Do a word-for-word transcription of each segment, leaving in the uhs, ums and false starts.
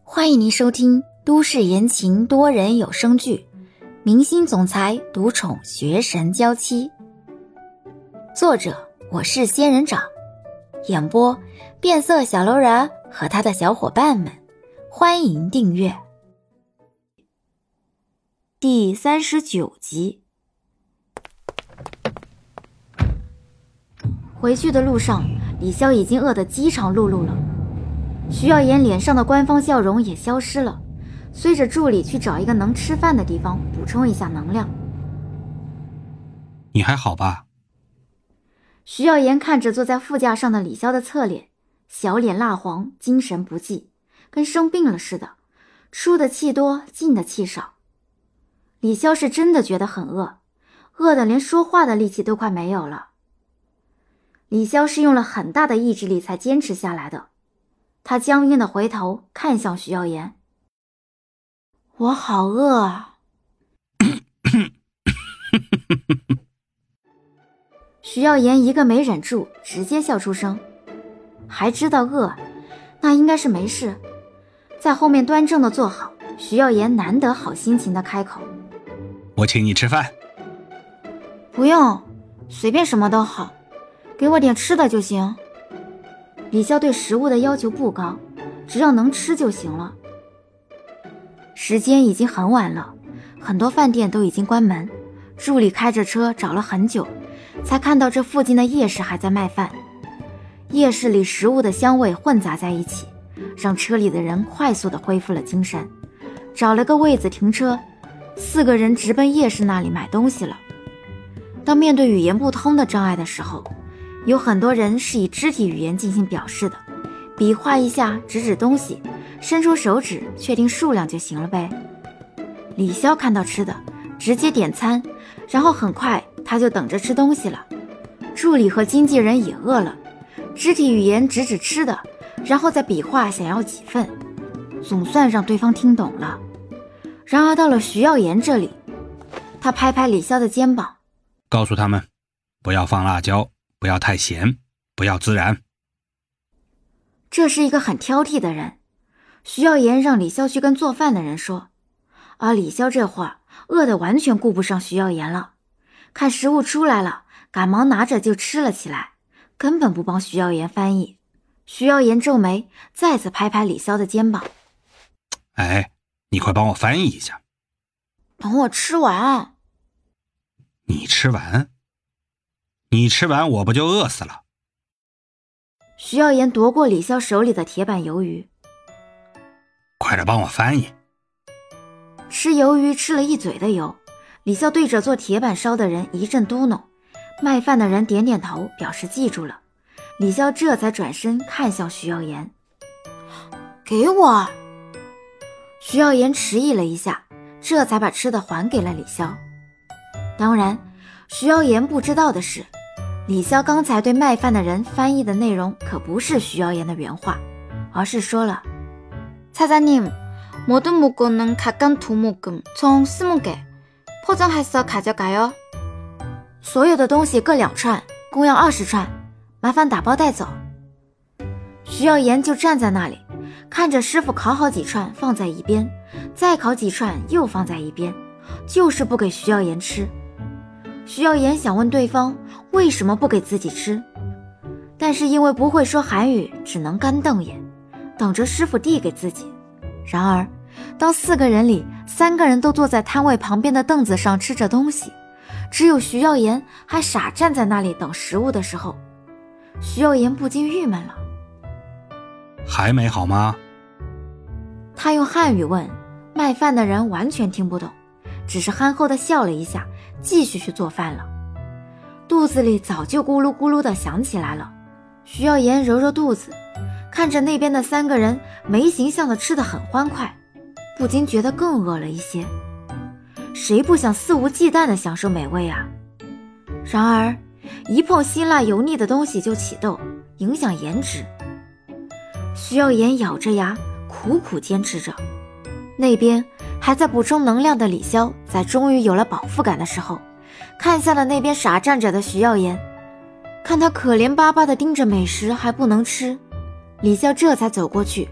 欢迎您收听都市言情多人有声剧《明星总裁独宠学神娇妻》，作者我是仙人掌，演播变色小楼人和他的小伙伴们。欢迎订阅第三十九集。回去的路上，李潇已经饿得饥肠辘辘了。徐耀言脸上的官方笑容也消失了，随着助理去找一个能吃饭的地方补充一下能量。 你还好吧？ 徐耀言看着坐在副驾上的李潇的侧脸，小脸蜡黄，精神不济，跟生病了似的，出的气多，进的气少。李潇是真的觉得很饿，饿得连说话的力气都快没有了。李潇是用了很大的意志力才坚持下来的，他僵硬的回头看向徐耀言，我好饿啊。徐耀言一个没忍住，直接笑出声，还知道饿，那应该是没事。在后面端正的坐好，徐耀言难得好心情的开口， 我请你吃饭。 不用，随便什么都好，给我点吃的就行。李潇对食物的要求不高，只要能吃就行了。时间已经很晚了，很多饭店都已经关门，助理开着车找了很久，才看到这附近的夜市还在卖饭。夜市里食物的香味混杂在一起，让车里的人快速地恢复了精神，找了个位子停车，四个人直奔夜市那里买东西了。当面对语言不通的障碍的时候，有很多人是以肢体语言进行表示的，比划一下，指指东西，伸出手指，确定数量就行了呗。李潇看到吃的，直接点餐，然后很快他就等着吃东西了。助理和经纪人也饿了，肢体语言指指吃的，然后再比划想要几份，总算让对方听懂了。然而到了徐耀言这里，他拍拍李潇的肩膀， 告诉他们不要放辣椒，不要太咸，不要孜然。 这是一个很挑剔的人。徐耀言让李潇去跟做饭的人说，而李潇这会儿饿得完全顾不上徐耀言了，看食物出来了，赶忙拿着就吃了起来，根本不帮徐耀言翻译。徐耀言皱眉，再次拍拍李潇的肩膀， 哎，你快帮我翻译一下。 等我吃完。 你吃完？你吃完我不就饿死了？ 徐耀言夺过李潇手里的铁板鱿鱼， 快点帮我翻译。 吃鱿鱼吃了一嘴的油，李潇对着做铁板烧的人一阵嘟哝，卖饭的人点点头表示记住了。李潇这才转身看向徐耀言，给我。徐耀言迟疑了一下，这才把吃的还给了李潇。当然徐耀言不知道的是，李潇刚才对卖饭的人翻译的内容可不是徐耀言的原话，而是说了사장님, 모든 물건은 각각 두 모금, 총 스무 개. 포장해서 가져가요. 所有的东西各两串，共要二十串，麻烦打包带走。徐耀言就站在那里，看着师傅烤好几串放在一边，再烤几串又放在一边，就是不给徐耀言吃。徐耀言想问对方为什么不给自己吃，但是因为不会说韩语，只能干瞪眼，等着师傅递给自己。然而当四个人里三个人都坐在摊位旁边的凳子上吃着东西，只有徐耀言还傻站在那里等食物的时候，徐耀言不禁郁闷了。 还没好吗？ 他用汉语问，卖饭的人完全听不懂，只是憨厚地笑了一下，继续去做饭了。肚子里早就咕噜咕噜地响起来了。徐耀言揉揉肚子，看着那边的三个人没形象地吃得很欢快，不禁觉得更饿了一些。谁不想肆无忌惮地享受美味啊？然而一碰辛辣油腻的东西就起痘，影响颜值。徐耀言咬着牙苦苦坚持着。那边还在补充能量的李潇在终于有了饱腹感的时候，看向了那边傻站着的徐耀言，看他可怜巴巴地盯着美食还不能吃，李潇这才走过去，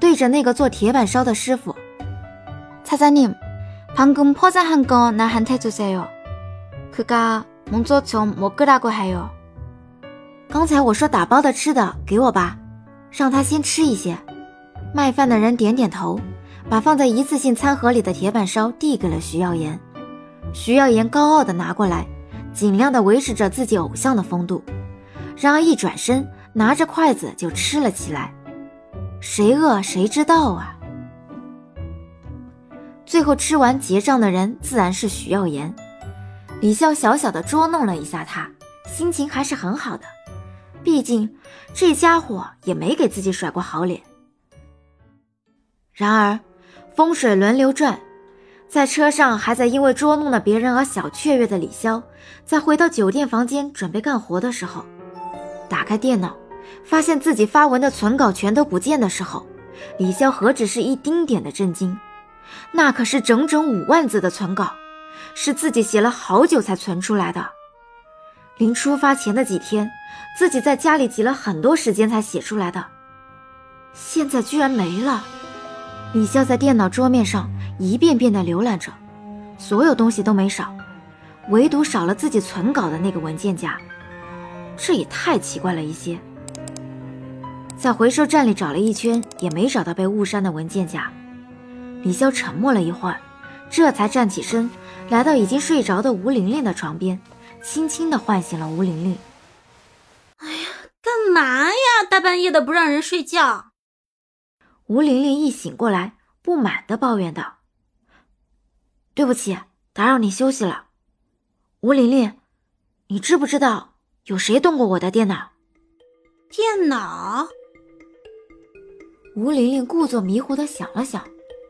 对着那个做铁板烧的师傅，사장님 방금 포장한 거 나한테 주세요. 그가 먼저 좀 먹으라고 해요. 刚才我说打包的吃的给我吧，让他先吃一些。卖饭的人点点头，把放在一次性餐盒里的铁板烧递给了徐耀言。徐耀言高傲地拿过来，尽量地维持着自己偶像的风度。然而一转身，拿着筷子就吃了起来。谁饿谁知道啊。最后吃完结账的人自然是徐耀言。李笑小小地捉弄了一下他，心情还是很好的，毕竟这家伙也没给自己甩过好脸。然而风水轮流转，在车上还在因为捉弄了别人而小雀跃的李潇，在回到酒店房间准备干活的时候，打开电脑发现自己发文的存稿全都不见的时候，李潇何止是一丁点的震惊，那可是整整五万字的存稿，是自己写了好久才存出来的。临出发前的几天，自己在家里挤了很多时间才写出来的，现在居然没了。李潇在电脑桌面上一遍遍地浏览着，所有东西都没少，唯独少了自己存稿的那个文件夹，这也太奇怪了一些。在回收站里找了一圈，也没找到被误删的文件夹。李潇沉默了一会儿，这才站起身，来到已经睡着的吴玲玲的床边，轻轻地唤醒了吴玲玲。 哎呀，干嘛呀？大半夜的不让人睡觉。 吴玲玲一醒过来，不满地抱怨道：对不起，打扰你休息了。吴玲玲，你知不知道有谁动过我的电脑？ 电脑？ 吴玲玲故作迷糊地想了想。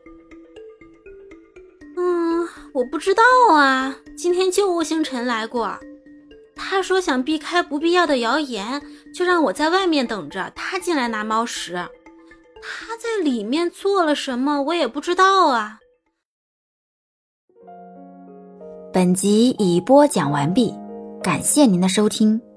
嗯，我不知道啊，今天就吴星辰来过，他说想避开不必要的谣言，就让我在外面等着，他进来拿猫食。他在里面做了什么我也不知道啊。 本集已播讲完毕，感谢您的收听。